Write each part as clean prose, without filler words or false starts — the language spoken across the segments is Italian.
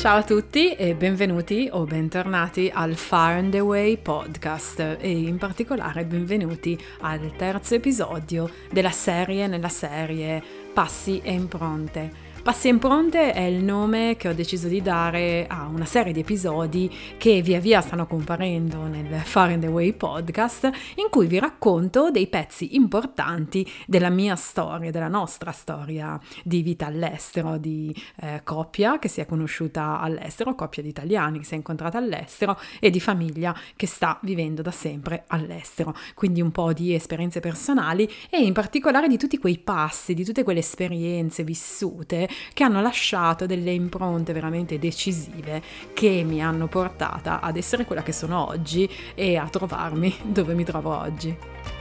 Ciao a tutti e benvenuti o bentornati al Far and Away podcast e in particolare benvenuti al terzo episodio della serie nella serie Passi e Impronte. Passi e Impronte è il nome che ho deciso di dare a una serie di episodi che via via stanno comparendo nel Far and Away podcast, in cui vi racconto dei pezzi importanti della mia storia, della nostra storia di vita all'estero, di coppia che si è conosciuta all'estero, coppia di italiani che si è incontrata all'estero e di famiglia che sta vivendo da sempre all'estero. Quindi un po' di esperienze personali e in particolare di tutti quei passi, di tutte quelle esperienze vissute che hanno lasciato delle impronte veramente decisive che mi hanno portata ad essere quella che sono oggi e a trovarmi dove mi trovo oggi.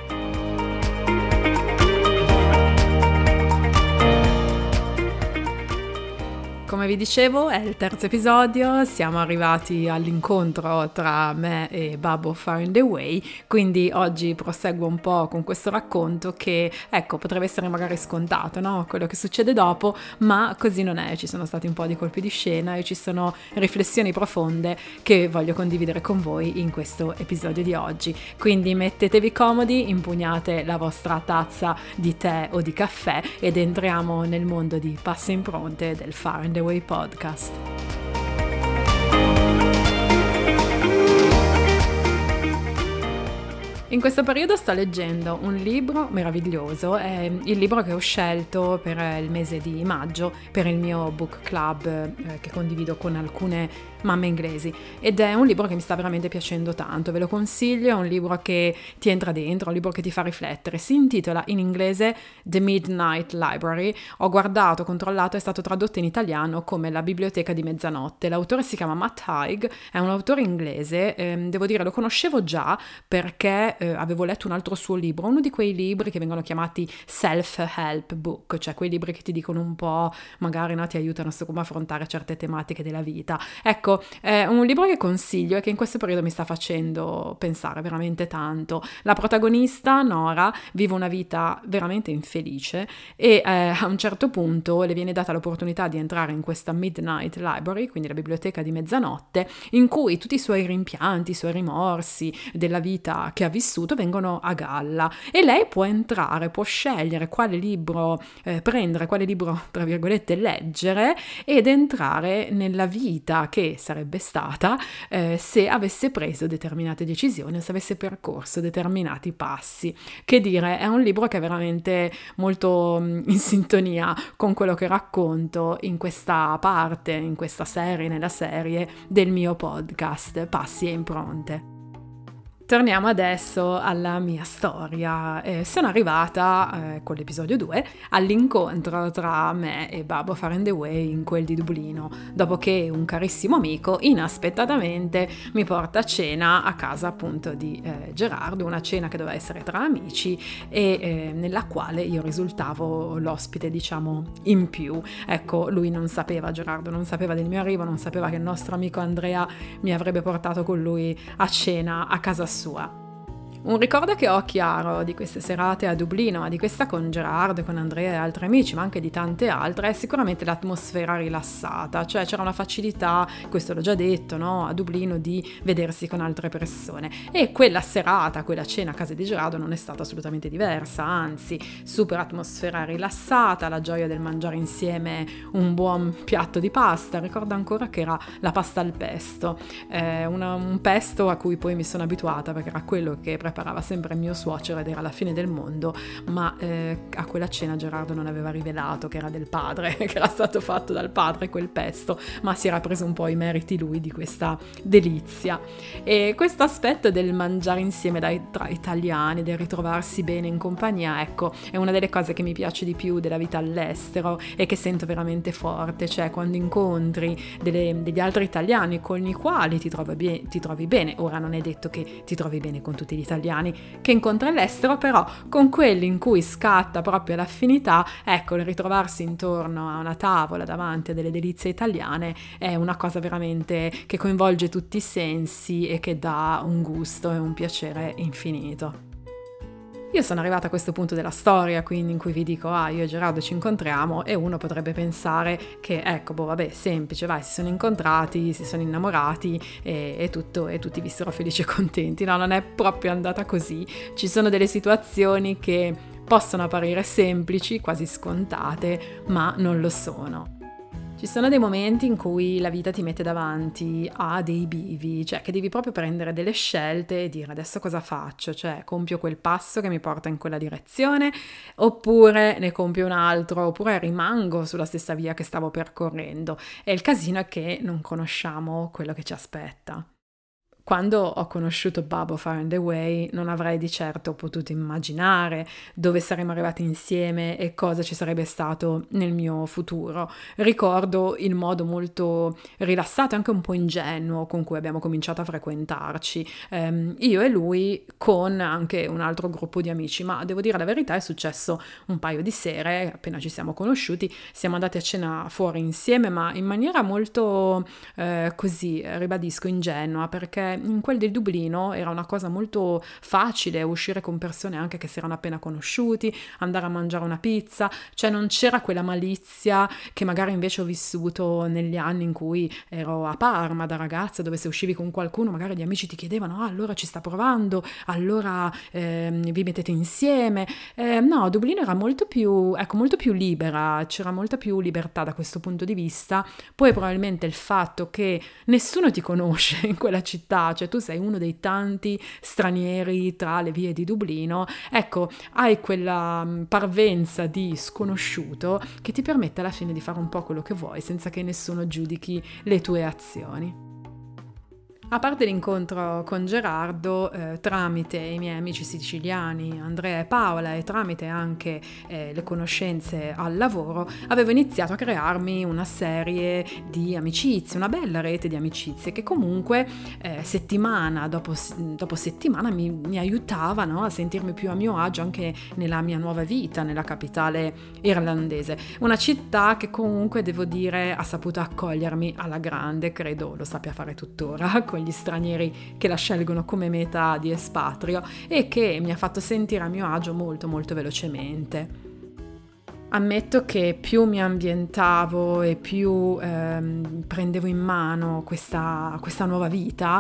Come vi dicevo, è il terzo episodio, siamo arrivati all'incontro tra me e Babbo Far and Away, quindi oggi proseguo un po' con questo racconto che, potrebbe essere magari scontato, no? Quello che succede dopo, ma così non è, ci sono stati un po' di colpi di scena e ci sono riflessioni profonde che voglio condividere con voi in questo episodio di oggi. Quindi mettetevi comodi, impugnate la vostra tazza di tè o di caffè ed entriamo nel mondo di Passi e Impronte del Far and Away podcast. In questo periodo sto leggendo un libro meraviglioso, è il libro che ho scelto per il mese di maggio per il mio book club che condivido con alcune mamme inglesi, ed è un libro che mi sta veramente piacendo tanto, ve lo consiglio, è un libro che ti entra dentro, un libro che ti fa riflettere, si intitola in inglese The Midnight Library, ho guardato, controllato, è stato tradotto in italiano come La biblioteca di mezzanotte, l'autore si chiama Matt Haig, è un autore inglese, devo dire lo conoscevo già perché avevo letto un altro suo libro, uno di quei libri che vengono chiamati self-help book, cioè quei libri che ti dicono un po', magari no, ti aiutano su come affrontare certe tematiche della vita. Ecco, è un libro che consiglio e che in questo periodo mi sta facendo pensare veramente tanto. La protagonista, Nora, vive una vita veramente infelice e a un certo punto le viene data l'opportunità di entrare in questa Midnight Library, quindi la biblioteca di mezzanotte, in cui tutti i suoi rimpianti, i suoi rimorsi della vita che ha vissuto vengono a galla e lei può entrare, può scegliere quale libro prendere, quale libro tra virgolette leggere ed entrare nella vita che sarebbe stata se avesse preso determinate decisioni o se avesse percorso determinati passi. Che dire, è un libro che è veramente molto in sintonia con quello che racconto in questa parte, in questa serie, nella serie del mio podcast Passi e Impronte. Torniamo adesso alla mia storia. Sono arrivata con l'episodio 2 all'incontro tra me e Babbo Far and Away in quel di Dublino, dopo che un carissimo amico inaspettatamente mi porta a cena a casa appunto di Gerardo, una cena che doveva essere tra amici e nella quale io risultavo l'ospite, diciamo, in più. Ecco, lui non sapeva, Gerardo non sapeva del mio arrivo, non sapeva che il nostro amico Andrea mi avrebbe portato con lui a cena a casa sua. Un ricordo che ho chiaro di queste serate a Dublino, ma di questa con Gerardo, con Andrea e altri amici, ma anche di tante altre, è sicuramente l'atmosfera rilassata, cioè c'era una facilità, questo l'ho già detto, no? A Dublino di vedersi con altre persone e quella serata, quella cena a casa di Gerardo non è stata assolutamente diversa, anzi super atmosfera rilassata, la gioia del mangiare insieme un buon piatto di pasta, ricordo ancora che era la pasta al pesto, un pesto a cui poi mi sono abituata perché era quello che preparava sempre il mio suocero ed era la fine del mondo, ma a quella cena Gerardo non aveva rivelato che era del padre, che era stato fatto dal padre quel pesto, ma si era preso un po' i meriti lui di questa delizia. E questo aspetto del mangiare insieme tra italiani, del ritrovarsi bene in compagnia, ecco, è una delle cose che mi piace di più della vita all'estero e che sento veramente forte, cioè quando incontri degli altri italiani con i quali ti trovi bene, ora non è detto che ti trovi bene con tutti gli italiani che incontri all'estero, però con quelli in cui scatta proprio l'affinità, ecco, il ritrovarsi intorno a una tavola davanti a delle delizie italiane è una cosa veramente che coinvolge tutti i sensi e che dà un gusto e un piacere infinito. Io sono arrivata a questo punto della storia, quindi in cui vi dico, io e Gerardo ci incontriamo, e uno potrebbe pensare che, ecco, vabbè, semplice, vai, si sono incontrati, si sono innamorati e tutto, e tutti vissero felici e contenti. No, non è proprio andata così. Ci sono delle situazioni che possono apparire semplici, quasi scontate, ma non lo sono. Ci sono dei momenti in cui la vita ti mette davanti a dei bivi, cioè che devi proprio prendere delle scelte e dire adesso cosa faccio, cioè compio quel passo che mi porta in quella direzione oppure ne compio un altro, oppure rimango sulla stessa via che stavo percorrendo. E il casino è che non conosciamo quello che ci aspetta. Quando ho conosciuto Babbo Far and Away non avrei di certo potuto immaginare dove saremmo arrivati insieme e cosa ci sarebbe stato nel mio futuro. Ricordo il modo molto rilassato e anche un po' ingenuo con cui abbiamo cominciato a frequentarci, io e lui con anche un altro gruppo di amici, ma devo dire la verità, è successo un paio di sere, appena ci siamo conosciuti, siamo andati a cena fuori insieme, ma in maniera molto così, ribadisco, ingenua, perché in quel di Dublino era una cosa molto facile uscire con persone anche che si erano appena conosciuti, andare a mangiare una pizza, cioè non c'era quella malizia che magari invece ho vissuto negli anni in cui ero a Parma da ragazza, dove se uscivi con qualcuno magari gli amici ti chiedevano allora ci sta provando, allora vi mettete insieme. No, Dublino era molto più, ecco, molto più libera, c'era molta più libertà da questo punto di vista. Poi probabilmente il fatto che nessuno ti conosce in quella città, cioè tu sei uno dei tanti stranieri tra le vie di Dublino, ecco, hai quella parvenza di sconosciuto che ti permette alla fine di fare un po' quello che vuoi senza che nessuno giudichi le tue azioni. A parte l'incontro con Gerardo, tramite i miei amici siciliani Andrea e Paola e tramite anche le conoscenze al lavoro, avevo iniziato a crearmi una serie di amicizie, una bella rete di amicizie che comunque settimana dopo settimana mi aiutavano a sentirmi più a mio agio anche nella mia nuova vita, nella capitale irlandese. Una città che comunque, devo dire, ha saputo accogliermi alla grande, credo lo sappia fare tuttora, con gli stranieri che la scelgono come meta di espatrio, e che mi ha fatto sentire a mio agio molto molto velocemente. Ammetto che più mi ambientavo e più prendevo in mano questa nuova vita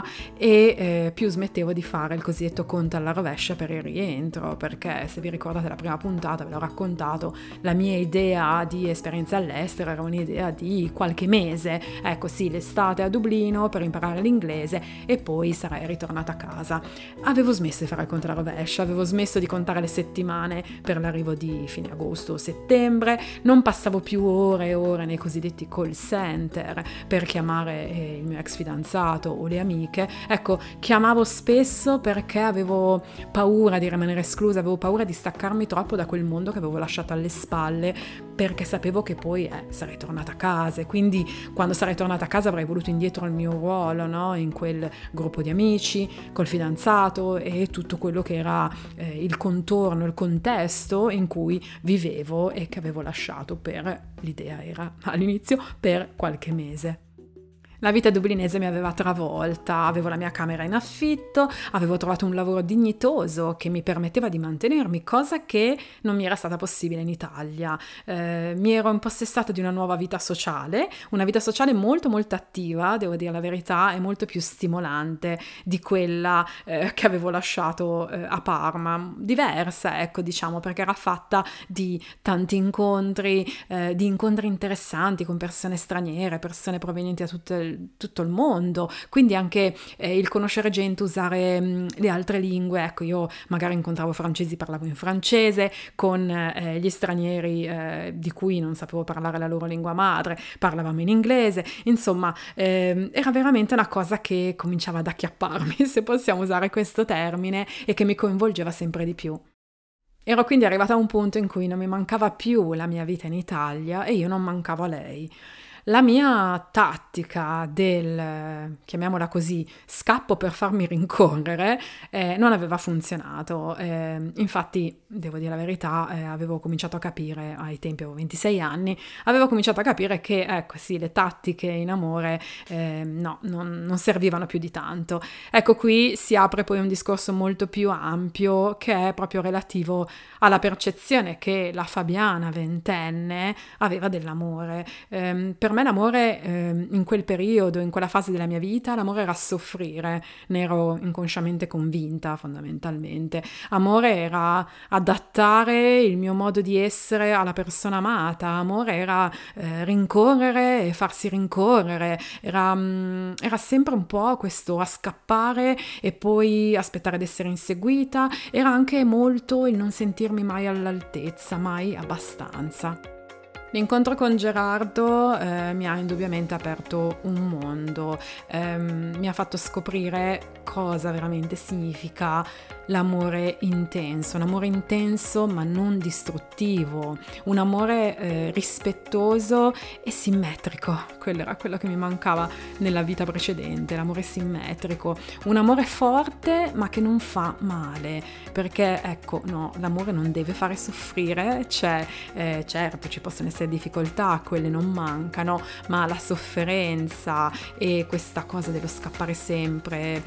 e più smettevo di fare il cosiddetto conto alla rovescia per il rientro, perché se vi ricordate la prima puntata ve l'ho raccontato, la mia idea di esperienza all'estero era un'idea di qualche mese, ecco sì, l'estate a Dublino per imparare l'inglese e poi sarei ritornata a casa. Avevo smesso di fare il conto alla rovescia, avevo smesso di contare le settimane per l'arrivo di fine agosto o settembre, non passavo più ore e ore nei cosiddetti call center per chiamare il mio ex fidanzato o le amiche. Ecco, chiamavo spesso perché avevo paura di rimanere esclusa, avevo paura di staccarmi troppo da quel mondo che avevo lasciato alle spalle, perché sapevo che poi sarei tornata a casa, e quindi quando sarei tornata a casa avrei voluto indietro il mio ruolo, no? In quel gruppo di amici, col fidanzato e tutto quello che era il contorno, il contesto in cui vivevo e che avevo lasciato l'idea era all'inizio per qualche mese. La vita dublinese mi aveva travolta, avevo la mia camera in affitto, avevo trovato un lavoro dignitoso che mi permetteva di mantenermi, cosa che non mi era stata possibile in Italia. Mi ero impossessata di una nuova vita sociale, una vita sociale molto molto attiva, devo dire la verità, e molto più stimolante di quella che avevo lasciato a Parma. Diversa, ecco, diciamo, perché era fatta di tanti incontri, di incontri interessanti con persone straniere, persone provenienti da tutto il mondo, quindi anche il conoscere gente, usare le altre lingue. Ecco, io magari incontravo francesi, parlavo in francese, con gli stranieri di cui non sapevo parlare la loro lingua madre, parlavamo in inglese, insomma era veramente una cosa che cominciava ad acchiapparmi, se possiamo usare questo termine, e che mi coinvolgeva sempre di più. Ero quindi arrivata a un punto in cui non mi mancava più la mia vita in Italia e io non mancavo a lei. La mia tattica del, chiamiamola così, scappo per farmi rincorrere non aveva funzionato. Infatti, devo dire la verità, avevo cominciato a capire, ai tempi avevo 26 anni, avevo cominciato a capire che, ecco sì, le tattiche in amore no, non servivano più di tanto. Ecco, qui si apre poi un discorso molto più ampio che è proprio relativo alla percezione che la Fabiana ventenne aveva dell'amore. Per me l'amore in quel periodo, in quella fase della mia vita, l'amore era soffrire, ne ero inconsciamente convinta fondamentalmente. Amore era adattare il mio modo di essere alla persona amata, amore era rincorrere e farsi rincorrere, era sempre un po' questo a scappare e poi aspettare di essere inseguita, era anche molto il non sentirmi mai all'altezza, mai abbastanza. L'incontro con Gerardo mi ha indubbiamente aperto un mondo, mi ha fatto scoprire cosa veramente significa l'amore intenso, un amore intenso ma non distruttivo, un amore rispettoso e simmetrico. Quello era quello che mi mancava nella vita precedente, l'amore simmetrico, un amore forte ma che non fa male, perché ecco, no, l'amore non deve fare soffrire, certo ci possono essere difficoltà, quelle non mancano, ma la sofferenza e questa cosa dello scappare sempre,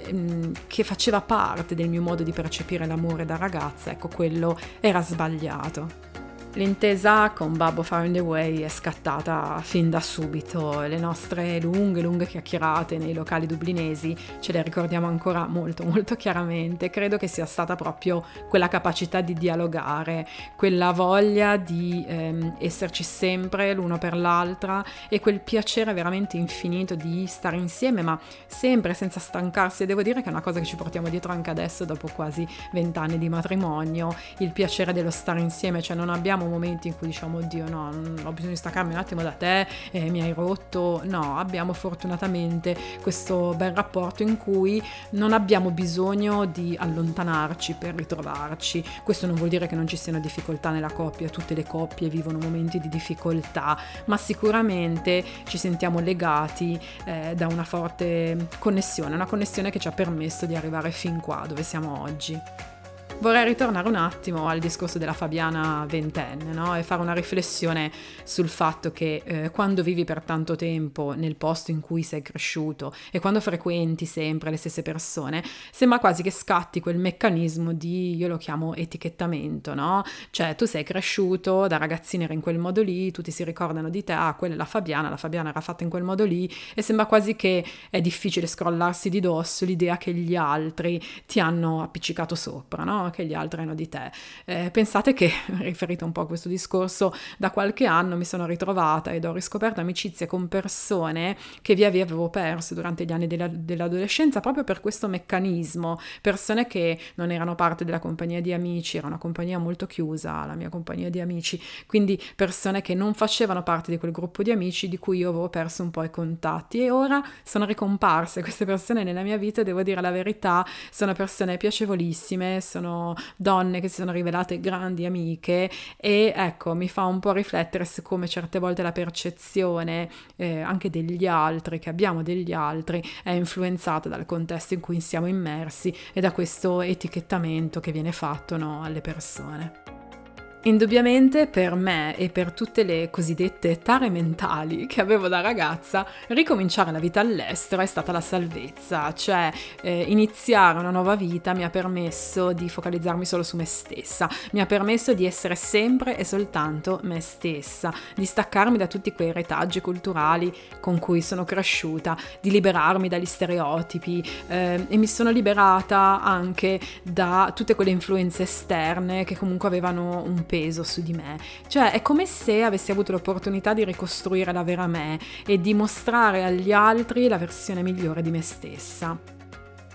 che faceva parte del mio modo di percepire l'amore da ragazza, ecco, quello era sbagliato. L'intesa con Babbo Found a Way è scattata fin da subito, le nostre lunghe chiacchierate nei locali dublinesi ce le ricordiamo ancora molto chiaramente. Credo che sia stata proprio quella capacità di dialogare, quella voglia di esserci sempre l'uno per l'altra e quel piacere veramente infinito di stare insieme, ma sempre senza stancarsi. E devo dire che è una cosa che ci portiamo dietro anche adesso dopo quasi 20 anni di matrimonio, il piacere dello stare insieme, cioè non abbiamo momenti in cui diciamo oddio no, ho bisogno di staccarmi un attimo da te, mi hai rotto. No, abbiamo fortunatamente questo bel rapporto in cui non abbiamo bisogno di allontanarci per ritrovarci. Questo non vuol dire che non ci siano difficoltà nella coppia, tutte le coppie vivono momenti di difficoltà, ma sicuramente ci sentiamo legati da una forte connessione, una connessione che ci ha permesso di arrivare fin qua dove siamo oggi. Vorrei ritornare un attimo al discorso della Fabiana ventenne, no? E fare una riflessione sul fatto che quando vivi per tanto tempo nel posto in cui sei cresciuto e quando frequenti sempre le stesse persone, sembra quasi che scatti quel meccanismo di, io lo chiamo etichettamento, no? Cioè tu sei cresciuto, da ragazzina era in quel modo lì, tutti si ricordano di te, ah, quella è la Fabiana era fatta in quel modo lì, e sembra quasi che è difficile scrollarsi di dosso l'idea che gli altri ti hanno appiccicato sopra, no? Che gli altri hanno di te. Pensate che, riferito un po' a questo discorso, da qualche anno mi sono ritrovata ed ho riscoperto amicizie con persone che via via avevo perso durante gli anni dell'adolescenza proprio per questo meccanismo, persone che non erano parte della compagnia di amici, era una compagnia molto chiusa, la mia compagnia di amici, quindi persone che non facevano parte di quel gruppo di amici di cui io avevo perso un po' i contatti, e ora sono ricomparse queste persone nella mia vita e devo dire la verità, sono persone piacevolissime, sono donne che si sono rivelate grandi amiche, e ecco, mi fa un po' riflettere su come certe volte la percezione anche degli altri, che abbiamo degli altri, è influenzata dal contesto in cui siamo immersi e da questo etichettamento che viene fatto, no, alle persone. Indubbiamente per me e per tutte le cosiddette tare mentali che avevo da ragazza, ricominciare la vita all'estero è stata la salvezza, cioè iniziare una nuova vita mi ha permesso di focalizzarmi solo su me stessa, mi ha permesso di essere sempre e soltanto me stessa, di staccarmi da tutti quei retaggi culturali con cui sono cresciuta, di liberarmi dagli stereotipi e mi sono liberata anche da tutte quelle influenze esterne che comunque avevano un peso su di me, cioè è come se avessi avuto l'opportunità di ricostruire la vera me e di mostrare agli altri la versione migliore di me stessa.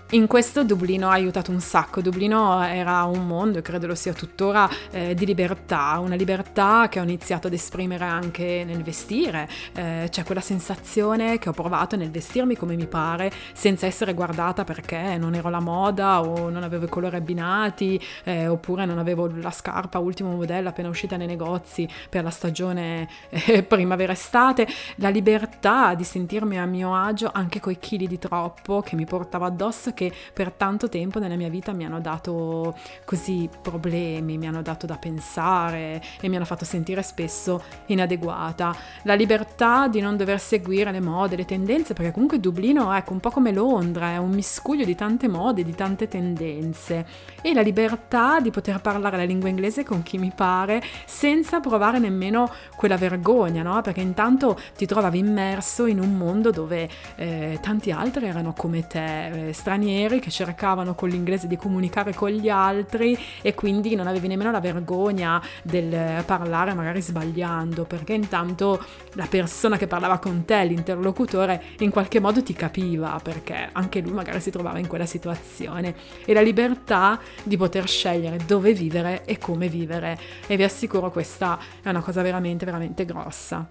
In questo Dublino ha aiutato un sacco. Dublino era un mondo, e credo lo sia tuttora, di libertà, una libertà che ho iniziato ad esprimere anche nel vestire. C'è quella sensazione che ho provato nel vestirmi come mi pare, senza essere guardata perché non ero la moda o non avevo i colori abbinati, oppure non avevo la scarpa ultimo modello appena uscita nei negozi per la stagione primavera-estate. La libertà di sentirmi a mio agio anche coi chili di troppo che mi portavo addosso, che per tanto tempo nella mia vita mi hanno dato così problemi, mi hanno dato da pensare e mi hanno fatto sentire spesso inadeguata. La libertà di non dover seguire le mode, le tendenze, perché comunque Dublino, ecco, un po' come Londra, è un miscuglio di tante mode, di tante tendenze, e la libertà di poter parlare la lingua inglese con chi mi pare senza provare nemmeno quella vergogna, no? Perché intanto ti trovavi immerso in un mondo dove tanti altri erano come te, stranieri che cercavano con l'inglese di comunicare con gli altri, e quindi non avevi nemmeno la vergogna del parlare magari sbagliando, perché intanto la persona che parlava con te, l'interlocutore, in qualche modo ti capiva, perché anche lui magari si trovava in quella situazione. E la libertà di poter scegliere dove vivere e come vivere, e vi assicuro questa è una cosa veramente veramente grossa.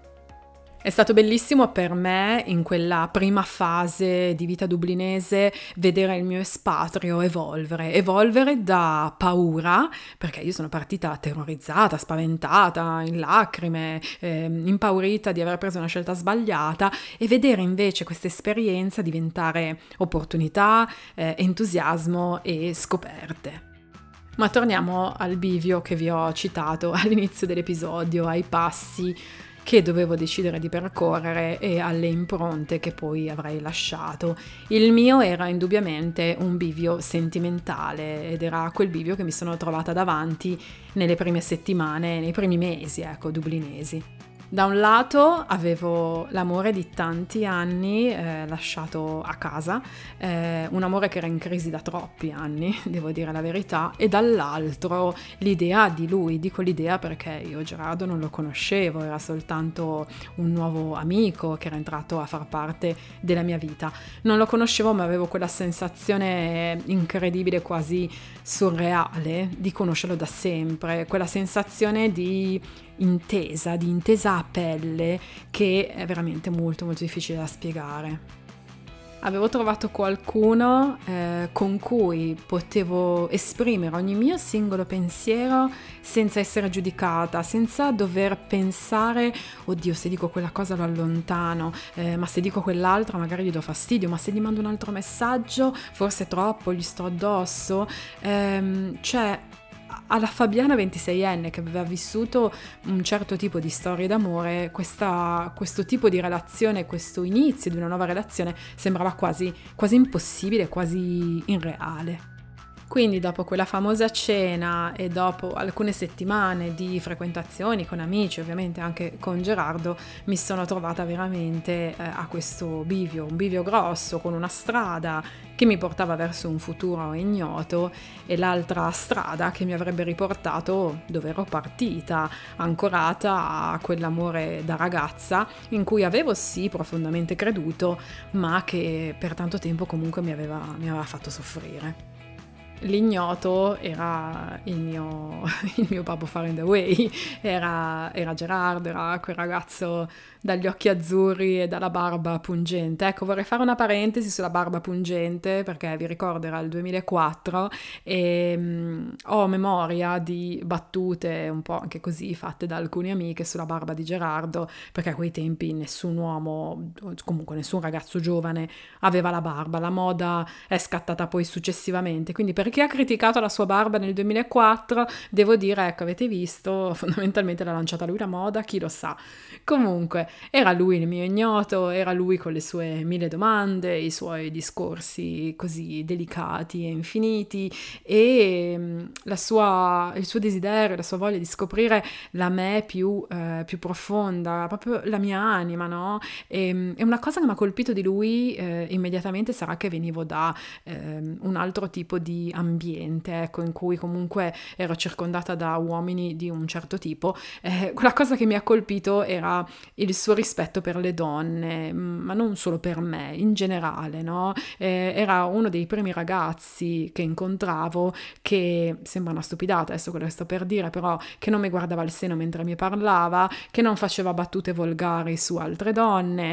È stato bellissimo per me in quella prima fase di vita dublinese vedere il mio espatrio evolvere da paura, perché io sono partita terrorizzata, spaventata, in lacrime, impaurita di aver preso una scelta sbagliata, e vedere invece questa esperienza diventare opportunità, entusiasmo e scoperte. Ma torniamo al bivio che vi ho citato all'inizio dell'episodio, ai passi che dovevo decidere di percorrere e alle impronte che poi avrei lasciato. Il mio era indubbiamente un bivio sentimentale, ed era quel bivio che mi sono trovata davanti nelle prime settimane, nei primi mesi, ecco, dublinesi. Da un lato avevo l'amore di tanti anni lasciato a casa, un amore che era in crisi da troppi anni, devo dire la verità, e dall'altro l'idea di lui. Dico l'idea perché io Gerardo non lo conoscevo, era soltanto un nuovo amico che era entrato a far parte della mia vita. Non lo conoscevo, ma avevo quella sensazione incredibile, quasi surreale, di conoscerlo da sempre, quella sensazione di intesa a pelle, che è veramente molto molto difficile da spiegare. Avevo trovato qualcuno con cui potevo esprimere ogni mio singolo pensiero senza essere giudicata, senza dover pensare oddio, se dico quella cosa lo allontano, ma se dico quell'altra magari gli do fastidio, ma se gli mando un altro messaggio forse è troppo, gli sto addosso, cioè alla Fabiana 26enne che aveva vissuto un certo tipo di storie d'amore, questo tipo di relazione, questo inizio di una nuova relazione sembrava quasi impossibile, quasi irreale. Quindi dopo quella famosa cena e dopo alcune settimane di frequentazioni con amici, ovviamente anche con Gerardo, mi sono trovata veramente a questo bivio, un bivio grosso con una strada che mi portava verso un futuro ignoto e l'altra strada che mi avrebbe riportato dove ero partita, ancorata a quell'amore da ragazza in cui avevo sì profondamente creduto, ma che per tanto tempo comunque mi aveva fatto soffrire. L'ignoto era il mio babbo far in the way, era Gerardo, era quel ragazzo dagli occhi azzurri e dalla barba pungente. Ecco, vorrei fare una parentesi sulla barba pungente, perché vi ricordo era il 2004 e ho memoria di battute un po' anche così fatte da alcune amiche sulla barba di Gerardo, perché a quei tempi nessun uomo, comunque nessun ragazzo giovane aveva la barba. La moda è scattata poi successivamente, quindi per chi ha criticato la sua barba nel 2004 devo dire, ecco, avete visto, fondamentalmente l'ha lanciata lui la moda, chi lo sa. Comunque era lui il mio ignoto, era lui con le sue 1000 domande, i suoi discorsi così delicati e infiniti, e il suo desiderio, la sua voglia di scoprire la me più profonda, proprio la mia anima, no? E una cosa che mi ha colpito di lui immediatamente sarà che venivo da un altro tipo di ambiente, ecco, in cui comunque ero circondata da uomini di un certo tipo, quella cosa che mi ha colpito era il suo rispetto per le donne, ma non solo per me, in generale, no? Era uno dei primi ragazzi che incontravo che, sembra una stupidata adesso quello che sto per dire, però che non mi guardava al seno mentre mi parlava, che non faceva battute volgari su altre donne.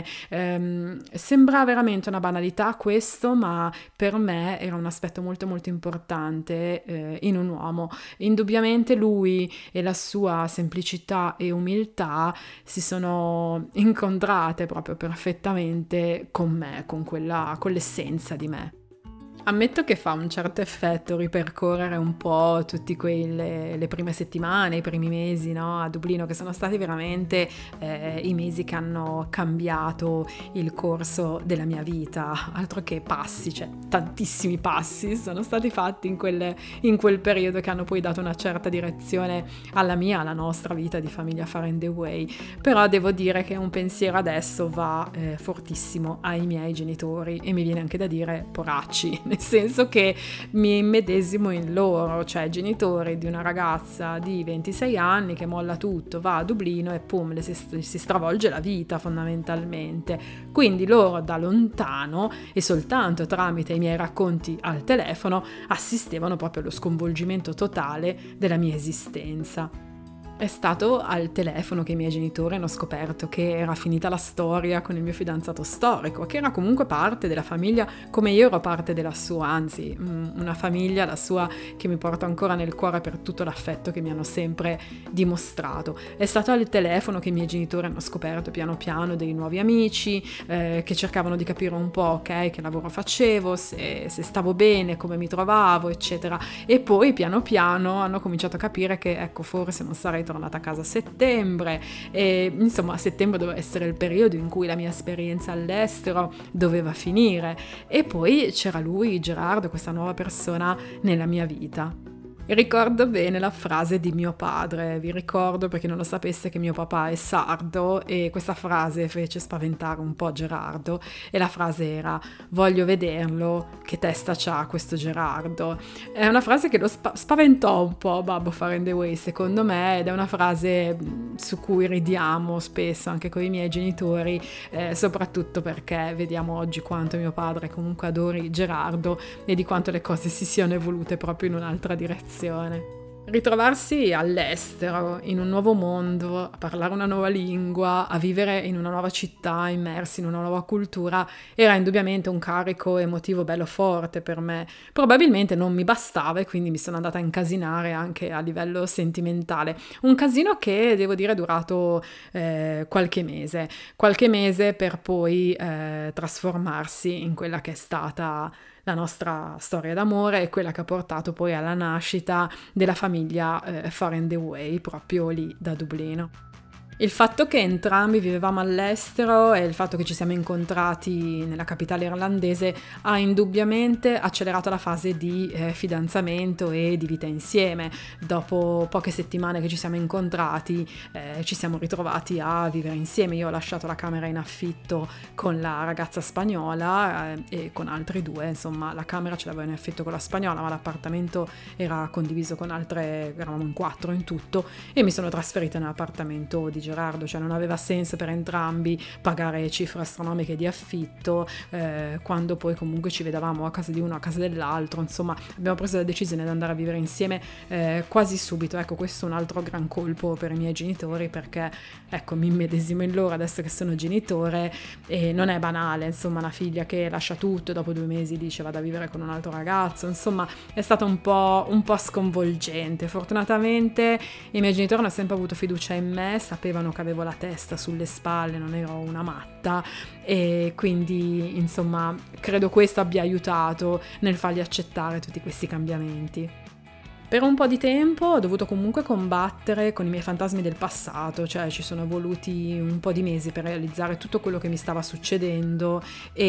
Sembra veramente una banalità questo, ma per me era un aspetto molto molto importante in un uomo. Indubbiamente lui e la sua semplicità e umiltà si sono incontrate proprio perfettamente con me, con l'essenza di me. Ammetto che fa un certo effetto ripercorrere un po' tutti le prime settimane, i primi mesi, no, a Dublino, che sono stati veramente i mesi che hanno cambiato il corso della mia vita. Altro che passi, cioè tantissimi passi sono stati fatti in quel periodo, che hanno poi dato una certa direzione alla nostra vita di famiglia Far and Away. Però devo dire che un pensiero adesso va fortissimo ai miei genitori, e mi viene anche da dire poracci, nel senso che mi immedesimo in loro, cioè genitori di una ragazza di 26 anni che molla tutto, va a Dublino e pum, le si stravolge la vita fondamentalmente. Quindi loro da lontano e soltanto tramite i miei racconti al telefono assistevano proprio allo sconvolgimento totale della mia esistenza. È stato al telefono che i miei genitori hanno scoperto che era finita la storia con il mio fidanzato storico, che era comunque parte della famiglia come io ero parte della sua, anzi una famiglia, la sua, che mi porto ancora nel cuore per tutto l'affetto che mi hanno sempre dimostrato. È stato al telefono che i miei genitori hanno scoperto piano piano dei nuovi amici, che cercavano di capire un po', ok, che lavoro facevo, se stavo bene, come mi trovavo, eccetera. E poi piano piano hanno cominciato a capire che, ecco, forse non sarei tornata a casa a settembre, e insomma a settembre doveva essere il periodo in cui la mia esperienza all'estero doveva finire, e poi c'era lui, Gerardo, questa nuova persona nella mia vita. Ricordo bene la frase di mio padre, vi ricordo, per chi non lo sapesse, che mio papà è sardo, e questa frase fece spaventare un po' Gerardo, e la frase era: voglio vederlo, che testa c'ha questo Gerardo. È una frase che lo spaventò un po' Babbo Far and Away, secondo me, ed è una frase su cui ridiamo spesso anche con i miei genitori, soprattutto perché vediamo oggi quanto mio padre comunque adori Gerardo e di quanto le cose si siano evolute proprio in un'altra direzione. Ritrovarsi all'estero, in un nuovo mondo, a parlare una nuova lingua, a vivere in una nuova città, immersi in una nuova cultura, era indubbiamente un carico emotivo bello forte per me. Probabilmente non mi bastava, e quindi mi sono andata a incasinare anche a livello sentimentale. Un casino che, devo dire, è durato qualche mese per poi trasformarsi in quella che è stata la nostra storia d'amore, e quella che ha portato poi alla nascita della famiglia Far and Away proprio lì da Dublino. Il fatto che entrambi vivevamo all'estero e il fatto che ci siamo incontrati nella capitale irlandese ha indubbiamente accelerato la fase di fidanzamento e di vita insieme. Dopo poche settimane che ci siamo incontrati, ci siamo ritrovati a vivere insieme. Io ho lasciato la camera in affitto con la ragazza spagnola e con altri due, insomma la camera ce l'avevo in affitto con la spagnola, ma l'appartamento era condiviso con altre, eravamo in 4 in tutto, e mi sono trasferita nell'appartamento di Gerardo, cioè non aveva senso per entrambi pagare cifre astronomiche di affitto quando poi comunque ci vedevamo a casa di uno, a casa dell'altro. Insomma, abbiamo preso la decisione di andare a vivere insieme quasi subito. Ecco, questo è un altro gran colpo per i miei genitori, perché ecco, mi immedesimo in loro adesso che sono genitore, e non è banale, insomma, una figlia che lascia tutto e dopo 2 mesi dice vado a vivere con un altro ragazzo. Insomma, è stato un po' sconvolgente. Fortunatamente i miei genitori hanno sempre avuto fiducia in me, sapevano che avevo la testa sulle spalle, non ero una matta, e quindi insomma credo questo abbia aiutato nel fargli accettare tutti questi cambiamenti. Per un po' di tempo ho dovuto comunque combattere con i miei fantasmi del passato, cioè ci sono voluti un po' di mesi per realizzare tutto quello che mi stava succedendo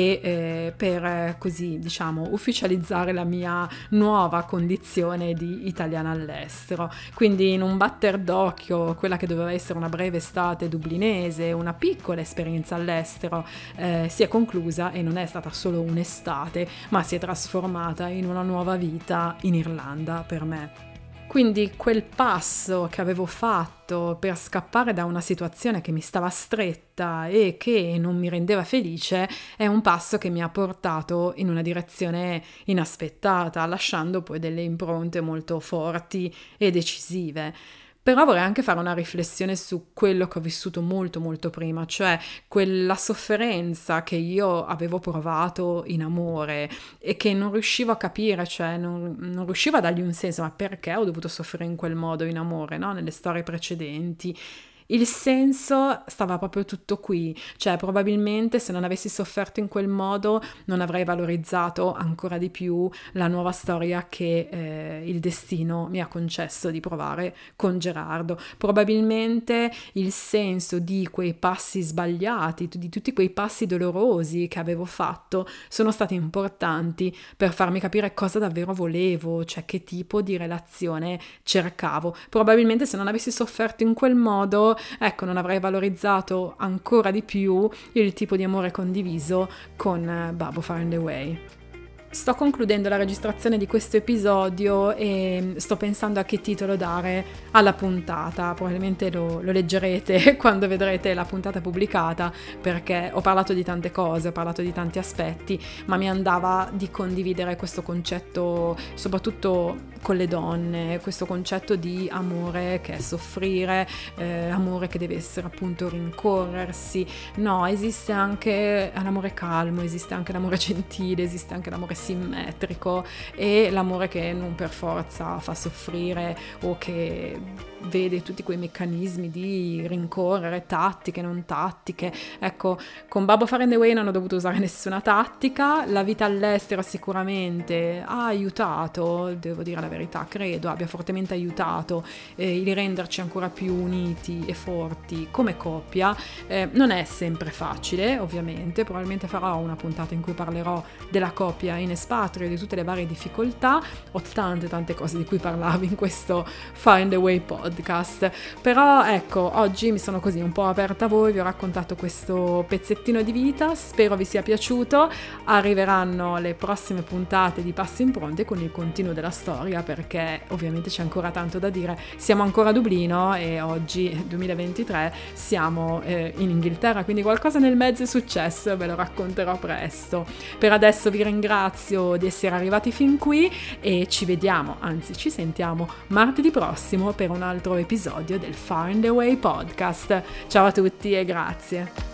e per così, diciamo, ufficializzare la mia nuova condizione di italiana all'estero. Quindi in un batter d'occhio quella che doveva essere una breve estate dublinese, una piccola esperienza all'estero, si è conclusa e non è stata solo un'estate, ma si è trasformata in una nuova vita in Irlanda per me. Quindi quel passo che avevo fatto per scappare da una situazione che mi stava stretta e che non mi rendeva felice è un passo che mi ha portato in una direzione inaspettata, lasciando poi delle impronte molto forti e decisive. Però vorrei anche fare una riflessione su quello che ho vissuto molto molto prima, cioè quella sofferenza che io avevo provato in amore e che non riuscivo a capire, cioè non riuscivo a dargli un senso, ma perché ho dovuto soffrire in quel modo in amore, no? Nelle storie precedenti. Il senso stava proprio tutto qui, cioè probabilmente se non avessi sofferto in quel modo non avrei valorizzato ancora di più la nuova storia che il destino mi ha concesso di provare con Gerardo. Probabilmente il senso di quei passi sbagliati, di tutti quei passi dolorosi che avevo fatto sono stati importanti per farmi capire cosa davvero volevo, cioè che tipo di relazione cercavo. Probabilmente se non avessi sofferto in quel modo, ecco, non avrei valorizzato ancora di più il tipo di amore condiviso con Babbo Far and Away. Sto concludendo la registrazione di questo episodio e sto pensando a che titolo dare alla puntata. Probabilmente lo leggerete quando vedrete la puntata pubblicata, perché ho parlato di tante cose, ho parlato di tanti aspetti, ma mi andava di condividere questo concetto soprattutto con le donne, questo concetto di amore che è soffrire, amore che deve essere appunto rincorrersi. No, esiste anche l'amore calmo, esiste anche l'amore gentile, esiste anche l'amore simmetrico e l'amore che non per forza fa soffrire o che vede tutti quei meccanismi di rincorrere, tattiche, non tattiche. Ecco, con Babbo Far and Away non ho dovuto usare nessuna tattica, la vita all'estero sicuramente ha aiutato, devo dire la verità, credo abbia fortemente aiutato il renderci ancora più uniti e forti come coppia. Non è sempre facile, ovviamente, probabilmente farò una puntata in cui parlerò della coppia in espatrio, di tutte le varie difficoltà. Ho tante cose di cui parlavo in questo Far and Away podcast, però ecco, oggi mi sono così un po' aperta a voi, vi ho raccontato questo pezzettino di vita, spero vi sia piaciuto. Arriveranno le prossime puntate di Passi Impronte con il continuo della storia, perché ovviamente c'è ancora tanto da dire. Siamo ancora a Dublino e oggi 2023 siamo in Inghilterra, quindi qualcosa nel mezzo è successo, ve lo racconterò presto. Per adesso vi ringrazio di essere arrivati fin qui e ci vediamo, anzi ci sentiamo martedì prossimo per un altro episodio del Far and Away podcast. Ciao a tutti e grazie.